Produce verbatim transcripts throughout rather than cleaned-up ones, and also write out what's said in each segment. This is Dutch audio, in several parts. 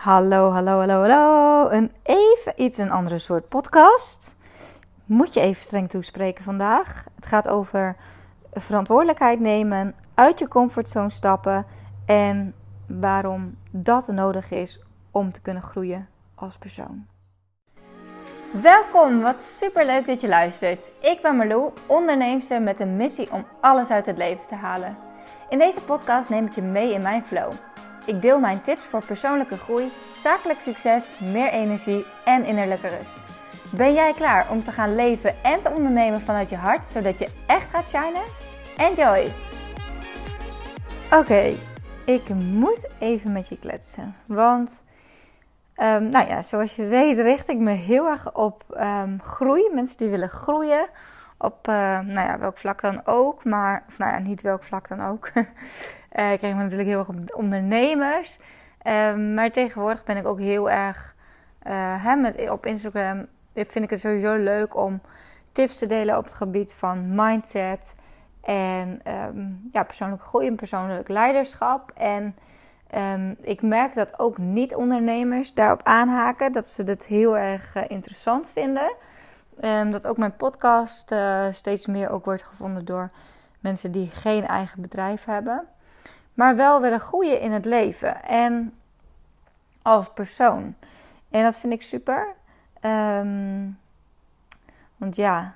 Hallo, hallo, hallo, hallo. Een even iets een andere soort podcast. Moet je even streng toespreken vandaag. Het gaat over verantwoordelijkheid nemen, uit je comfortzone stappen en waarom dat nodig is om te kunnen groeien als persoon. Welkom, wat superleuk dat je luistert. Ik ben Marlou, onderneemster met een missie om alles uit het leven te halen. In deze podcast neem ik je mee in mijn flow. Ik deel mijn tips voor persoonlijke groei, zakelijk succes, meer energie en innerlijke rust. Ben jij klaar om te gaan leven en te ondernemen vanuit je hart, zodat je echt gaat shinen? Enjoy! Oké, okay, ik moet even met je kletsen, want um, nou ja, zoals je weet richt ik me heel erg op um, groei. Mensen die willen groeien, op uh, nou ja, welk vlak dan ook, maar of nou ja, niet welk vlak dan ook. Uh, ik kreeg me natuurlijk heel erg op ondernemers. Uh, maar tegenwoordig ben ik ook heel erg uh, hè, met, op Instagram. Vind ik het sowieso leuk om tips te delen op het gebied van mindset. En um, ja, persoonlijke groei en persoonlijk leiderschap. En um, ik merk dat ook niet-ondernemers daarop aanhaken. Dat ze het heel erg uh, interessant vinden. Um, dat ook mijn podcast uh, steeds meer ook wordt gevonden door mensen die geen eigen bedrijf hebben. Maar wel willen groeien in het leven en als persoon. En dat vind ik super. Um, want ja,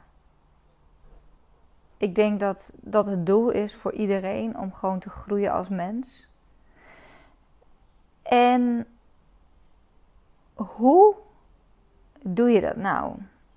ik denk dat dat het doel is voor iedereen om gewoon te groeien als mens. En hoe doe je dat nou?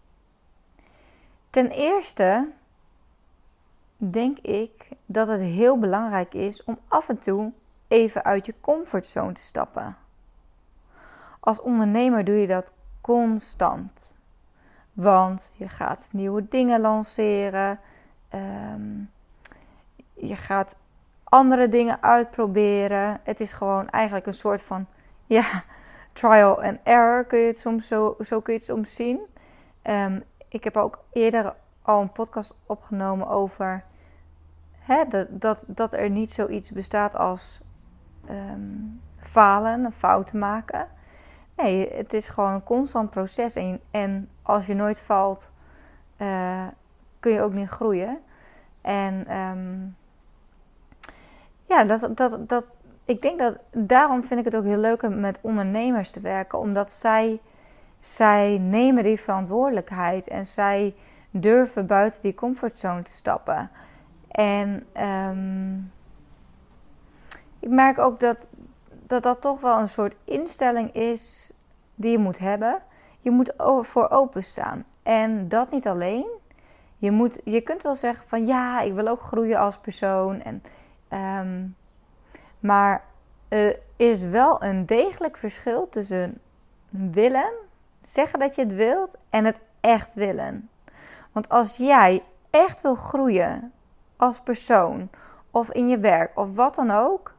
Ten eerste denk ik dat het heel belangrijk is om af en toe even uit je comfortzone te stappen. Als ondernemer doe je dat constant. Want je gaat nieuwe dingen lanceren. Um, je gaat andere dingen uitproberen. Het is gewoon eigenlijk een soort van ja, trial and error. Kun je het soms zo, zo kun je het soms zien. Um, ik heb ook eerder al een podcast opgenomen over hè, dat, dat, dat er niet zoiets bestaat als um, falen, een fout maken. Nee, het is gewoon een constant proces. En, en als je nooit valt, uh, kun je ook niet groeien. En um, ja, dat, dat, dat, ik denk dat daarom vind ik het ook heel leuk om met ondernemers te werken. Omdat zij, zij nemen die verantwoordelijkheid en zij durven buiten die comfortzone te stappen. En um, ik merk ook dat, dat dat toch wel een soort instelling is die je moet hebben. Je moet voor openstaan. En dat niet alleen. Je, moet, je kunt wel zeggen van ja, ik wil ook groeien als persoon. En, um, maar er is wel een degelijk verschil tussen willen, zeggen dat je het wilt en het echt willen. Want als jij echt wil groeien als persoon of in je werk of wat dan ook,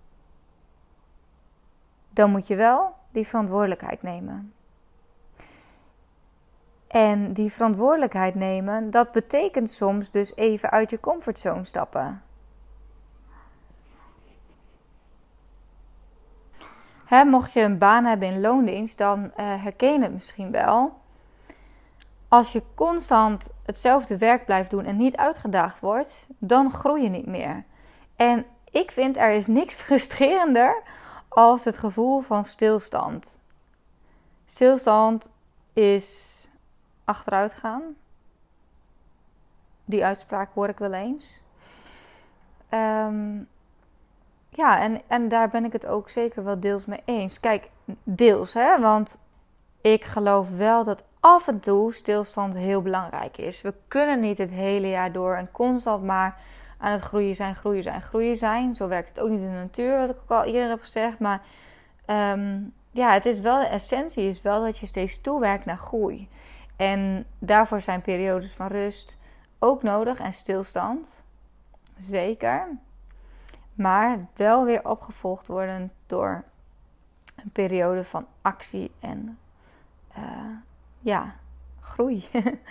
dan moet je wel die verantwoordelijkheid nemen. En die verantwoordelijkheid nemen, dat betekent soms dus even uit je comfortzone stappen. Hè, mocht je een baan hebben in loondienst, dan uh, herken je het misschien wel. Als je constant hetzelfde werk blijft doen en niet uitgedaagd wordt, dan groei je niet meer. En ik vind er is niks frustrerender als het gevoel van stilstand. Stilstand is achteruit gaan. Die uitspraak hoor ik wel eens. Um, ja, en, en daar ben ik het ook zeker wel deels mee eens. Kijk, deels, hè, want ik geloof wel dat af en toe stilstand heel belangrijk is. We kunnen niet het hele jaar door en constant maar aan het groeien zijn, groeien zijn, groeien zijn. Zo werkt het ook niet in de natuur, wat ik ook al eerder heb gezegd. Maar um, ja, het is wel, de essentie is wel dat je steeds toewerkt naar groei. En daarvoor zijn periodes van rust ook nodig en stilstand. Zeker. Maar wel weer opgevolgd worden door een periode van actie en uh, ja, groei.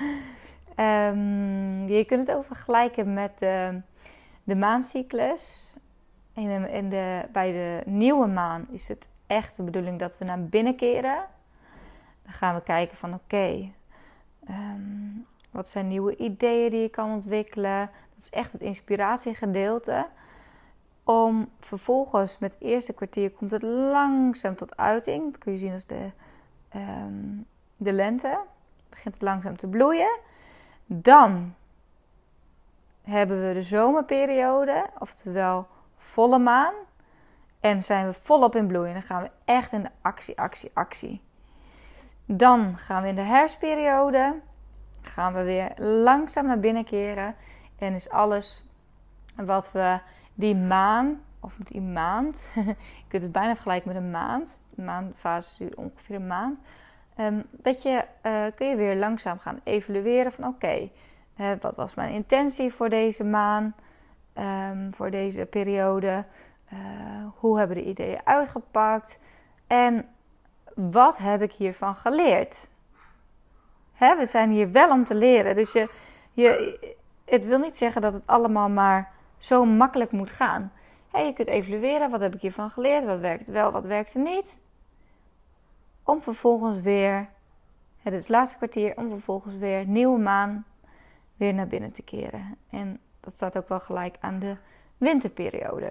um, je kunt het ook vergelijken met de, de maancyclus. In de, in de, bij de nieuwe maan is het echt de bedoeling dat we naar binnen keren. Dan gaan we kijken van oké, okay, um, wat zijn nieuwe ideeën die je kan ontwikkelen. Dat is echt het inspiratiegedeelte. Om vervolgens met het eerste kwartier komt het langzaam tot uiting. Dat kun je zien als de, um, de lente. Begint het langzaam te bloeien. Dan hebben we de zomerperiode, oftewel volle maan. En zijn we volop in bloei. En dan gaan we echt in de actie, actie, actie. Dan gaan we in de herfstperiode. Gaan we weer langzaam naar binnen keren. En is alles wat we die maan, of die maand. Je kunt het bijna vergelijken met een maand. De maandfase duurt ongeveer een maand. Um, dat je, uh, kun je weer langzaam gaan evalueren van oké. Okay, uh, wat was mijn intentie voor deze maan? Um, voor deze periode? Uh, hoe hebben de ideeën uitgepakt? En wat heb ik hiervan geleerd? Hè, we zijn hier wel om te leren. Dus je, je, het wil niet zeggen dat het allemaal maar zo makkelijk moet gaan. Hè, je kunt evalueren. Wat heb ik hiervan geleerd? Wat werkt wel, wat werkt er niet? Om vervolgens weer, het is het laatste kwartier, om vervolgens weer nieuwe maan weer naar binnen te keren. En dat staat ook wel gelijk aan de winterperiode.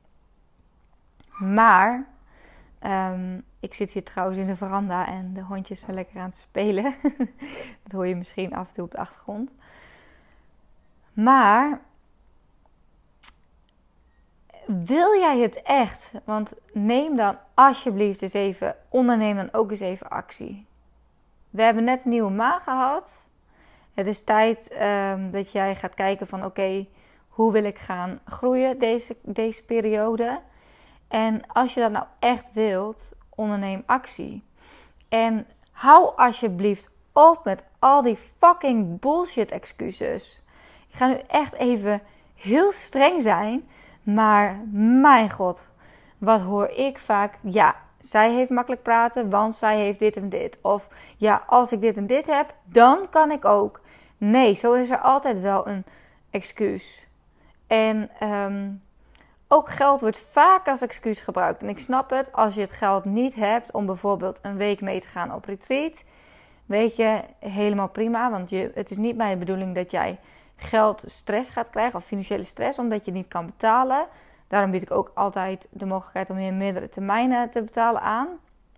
Maar, um, ik zit hier trouwens in de veranda en de hondjes zijn lekker aan het spelen. Dat hoor je misschien af en toe op de achtergrond. Maar, wil jij het echt? Want neem dan alsjeblieft eens even, onderneem dan ook eens even actie. We hebben net een nieuwe maan gehad. Het is tijd um, dat jij gaat kijken van oké, okay, hoe wil ik gaan groeien deze, deze periode? En als je dat nou echt wilt, onderneem actie. En hou alsjeblieft op met al die fucking bullshit excuses. Ik ga nu echt even heel streng zijn. Maar mijn god, wat hoor ik vaak? Ja, zij heeft makkelijk praten, want zij heeft dit en dit. Of ja, als ik dit en dit heb, dan kan ik ook. Nee, zo is er altijd wel een excuus. En um, ook geld wordt vaak als excuus gebruikt. En ik snap het, als je het geld niet hebt om bijvoorbeeld een week mee te gaan op retreat. Weet je, helemaal prima. Want je, het is niet mijn bedoeling dat jij geld stress gaat krijgen. Of financiële stress, omdat je niet kan betalen. Daarom bied ik ook altijd de mogelijkheid om in meerdere termijnen te betalen aan.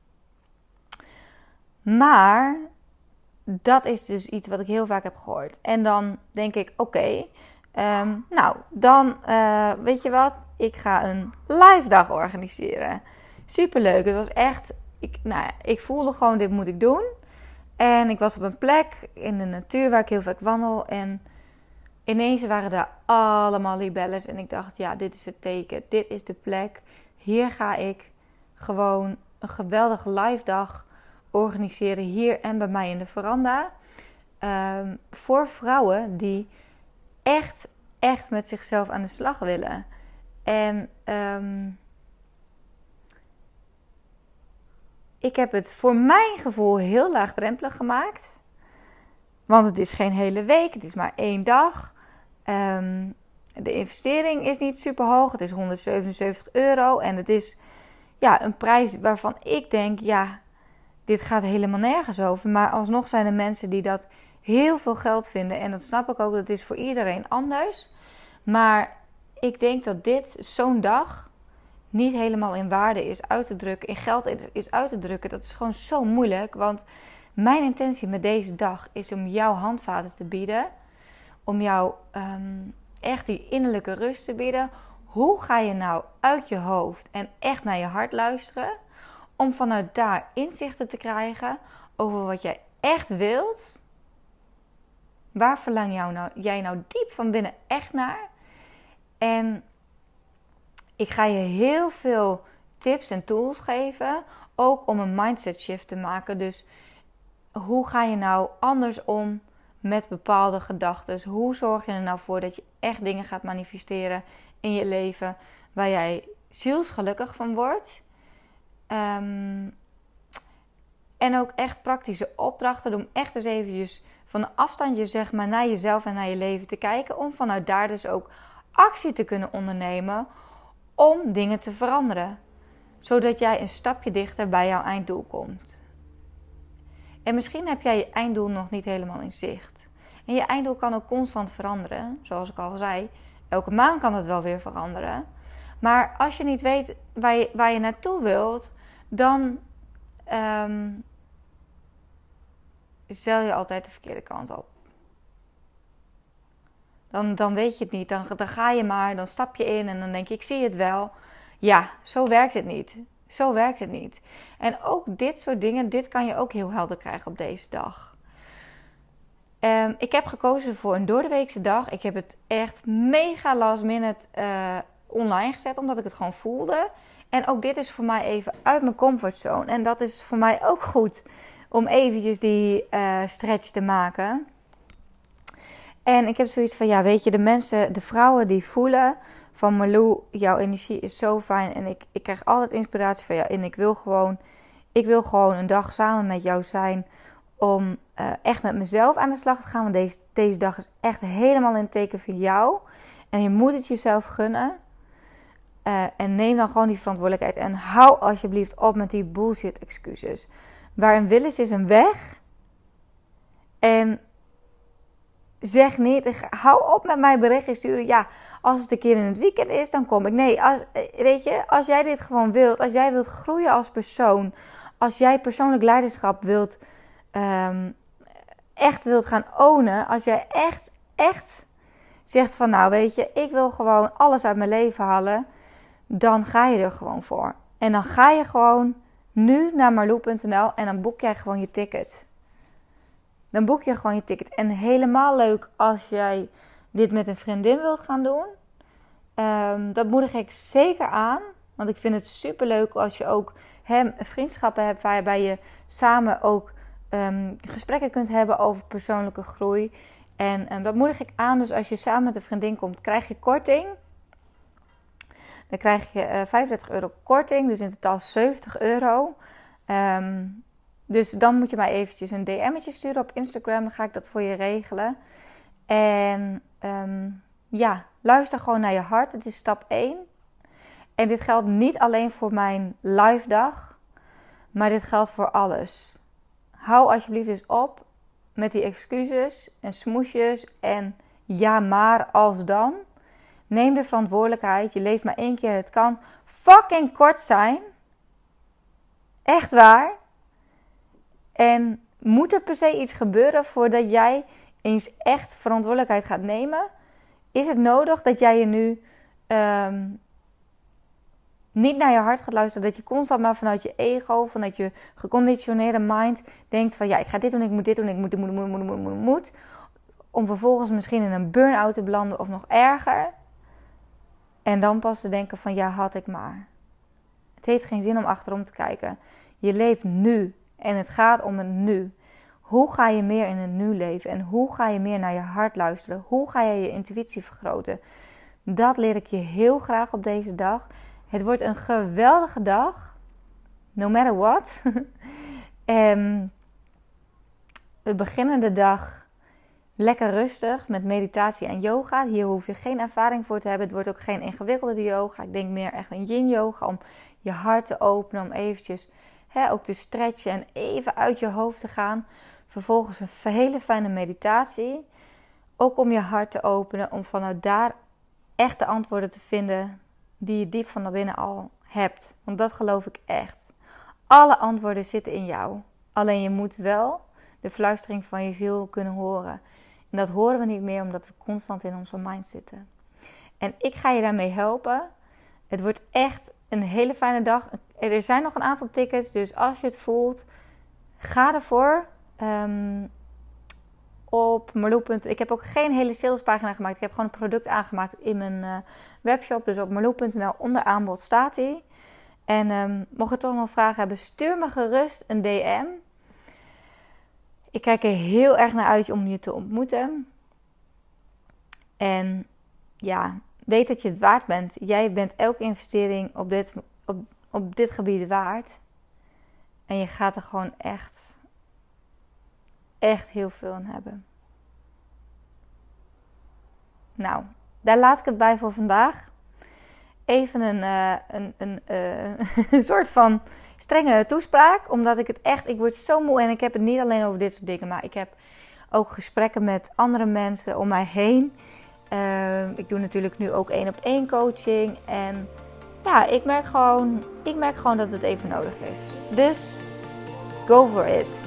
Maar dat is dus iets wat ik heel vaak heb gehoord. En dan denk ik, oké. Okay, um, nou, dan uh, weet je wat? Ik ga een live dag organiseren. Superleuk. Het was echt, ik, nou ja, ik voelde gewoon, dit moet ik doen. En ik was op een plek in de natuur waar ik heel vaak wandel. En ineens waren daar allemaal libelles. En ik dacht, ja, dit is het teken. Dit is de plek. Hier ga ik gewoon een geweldige live dag organiseren. Hier en bij mij in de veranda. Um, voor vrouwen die echt, echt met zichzelf aan de slag willen. En um, ik heb het voor mijn gevoel heel laagdrempelig gemaakt. Want het is geen hele week. Het is maar één dag. Um, de investering is niet super hoog. Het is honderdzevenenzeventig euro. En het is ja, een prijs waarvan ik denk, ja, dit gaat helemaal nergens over. Maar alsnog zijn er mensen die dat heel veel geld vinden. En dat snap ik ook. Dat is voor iedereen anders. Maar ik denk dat dit, zo'n dag, niet helemaal in waarde is uit te drukken. In geld is uit te drukken. Dat is gewoon zo moeilijk. Want mijn intentie met deze dag is om jou handvaten te bieden. Om jou um, echt die innerlijke rust te bieden. Hoe ga je nou uit je hoofd en echt naar je hart luisteren? Om vanuit daar inzichten te krijgen over wat jij echt wilt. Waar verlang jou nou, jij nou diep van binnen echt naar? En ik ga je heel veel tips en tools geven. Ook om een mindset shift te maken. Dus hoe ga je nou anders om met bepaalde gedachten? Hoe zorg je er nou voor dat je echt dingen gaat manifesteren in je leven waar jij zielsgelukkig van wordt? Um, en ook echt praktische opdrachten om echt eens eventjes van een afstandje zeg maar naar jezelf en naar je leven te kijken. Om vanuit daar dus ook actie te kunnen ondernemen om dingen te veranderen. zodat jij een stapje dichter bij jouw einddoel komt. En misschien heb jij je einddoel nog niet helemaal in zicht. En je einddoel kan ook constant veranderen. Zoals ik al zei, elke maand kan het wel weer veranderen. Maar als je niet weet waar je, waar je naartoe wilt, dan um, zeil je altijd de verkeerde kant op. Dan, dan weet je het niet. Dan, dan ga je maar, dan stap je in en dan denk je, ik zie het wel. Ja, zo werkt het niet. Zo werkt het niet. En ook dit soort dingen, dit kan je ook heel helder krijgen op deze dag. Um, ik heb gekozen voor een doordeweekse dag. Ik heb het echt mega last minute uh, online gezet, omdat ik het gewoon voelde. En ook dit is voor mij even uit mijn comfortzone. En dat is voor mij ook goed om eventjes die uh, stretch te maken. En ik heb zoiets van, ja, weet je, de mensen, de vrouwen die voelen van Marlou, jouw energie is zo fijn. En ik, ik krijg altijd inspiratie van jou. En ik wil gewoon, ik wil gewoon een dag samen met jou zijn om uh, echt met mezelf aan de slag te gaan. Want deze, deze dag is echt helemaal in het teken van jou. En je moet het jezelf gunnen. Uh, en neem dan gewoon die verantwoordelijkheid. En hou alsjeblieft op met die bullshit excuses. Waar een wil is, is een weg. En zeg niet, hou op met mij berichtje sturen. Ja, als het een keer in het weekend is, dan kom ik. Nee, als, weet je, als jij dit gewoon wilt. Als jij wilt groeien als persoon. Als jij persoonlijk leiderschap wilt, um, echt wilt gaan ownen. Als jij echt, echt zegt van, nou weet je, ik wil gewoon alles uit mijn leven halen. Dan ga je er gewoon voor. En dan ga je gewoon nu naar marlou punt n l en dan boek jij gewoon je ticket. Dan boek je gewoon je ticket. En helemaal leuk als jij dit met een vriendin wilt gaan doen. Um, dat moedig ik zeker aan. Want ik vind het super leuk als je ook hem vriendschappen hebt waarbij je samen ook um, gesprekken kunt hebben over persoonlijke groei. En um, dat moedig ik aan. Dus als je samen met een vriendin komt, krijg je korting. Dan krijg je uh, vijfendertig euro korting. Dus in totaal zeventig euro. Um, dus dan moet je mij eventjes een D M'tje sturen op Instagram. Dan ga ik dat voor je regelen. En um, ja, luister gewoon naar je hart. Het is stap één. En dit geldt niet alleen voor mijn live dag. Maar dit geldt voor alles. Hou alsjeblieft eens op met die excuses en smoesjes. En ja, maar als dan. Neem de verantwoordelijkheid. Je leeft maar één keer. Het kan fucking kort zijn. Echt waar. En moet er per se iets gebeuren voordat jij eens echt verantwoordelijkheid gaat nemen? Is het nodig dat jij je nu um, niet naar je hart gaat luisteren? Dat je constant maar vanuit je ego, vanuit je geconditioneerde mind denkt van ja, ik ga dit doen, ik moet dit doen, ik moet, ik moet, moet, moet, moet, moet, moet. Om vervolgens misschien in een burn-out te belanden of nog erger. En dan pas te denken van ja, had ik maar. Het heeft geen zin om achterom te kijken. Je leeft nu. En het gaat om het nu. Hoe ga je meer in het nu leven? En hoe ga je meer naar je hart luisteren? Hoe ga je je intuïtie vergroten? Dat leer ik je heel graag op deze dag. Het wordt een geweldige dag. No matter what. um, we beginnen de dag lekker rustig met meditatie en yoga. Hier hoef je geen ervaring voor te hebben. Het wordt ook geen ingewikkelde yoga. Ik denk meer echt een yin yoga om je hart te openen. Om eventjes he, ook te stretchen en even uit je hoofd te gaan. Vervolgens een hele fijne meditatie. Ook om je hart te openen. Om vanuit daar echt de antwoorden te vinden die je diep van naar binnen al hebt. Want dat geloof ik echt. Alle antwoorden zitten in jou. Alleen je moet wel de fluistering van je ziel kunnen horen. En dat horen we niet meer omdat we constant in onze mind zitten. En ik ga je daarmee helpen. Het wordt echt een hele fijne dag. Er zijn nog een aantal tickets. Dus als je het voelt, ga ervoor. Um, op marlou. Ik heb ook geen hele salespagina gemaakt. Ik heb gewoon een product aangemaakt in mijn uh, webshop. Dus op marlou punt n l onder aanbod staat hij. En um, mocht je toch nog vragen hebben, stuur me gerust een D M. Ik kijk er heel erg naar uit om je te ontmoeten. En ja, weet dat je het waard bent. Jij bent elke investering op dit, op, op dit gebied waard. En je gaat er gewoon echt, echt heel veel aan hebben. Nou, daar laat ik het bij voor vandaag. even een, uh, een, een, uh, een soort van strenge toespraak. Omdat ik het echt, ik word zo moe en ik heb het niet alleen over dit soort dingen. Maar ik heb ook gesprekken met andere mensen om mij heen. Uh, ik doe natuurlijk nu ook één op één coaching. En ja, ik merk gewoon, ik merk gewoon dat het even nodig is. Dus go for it.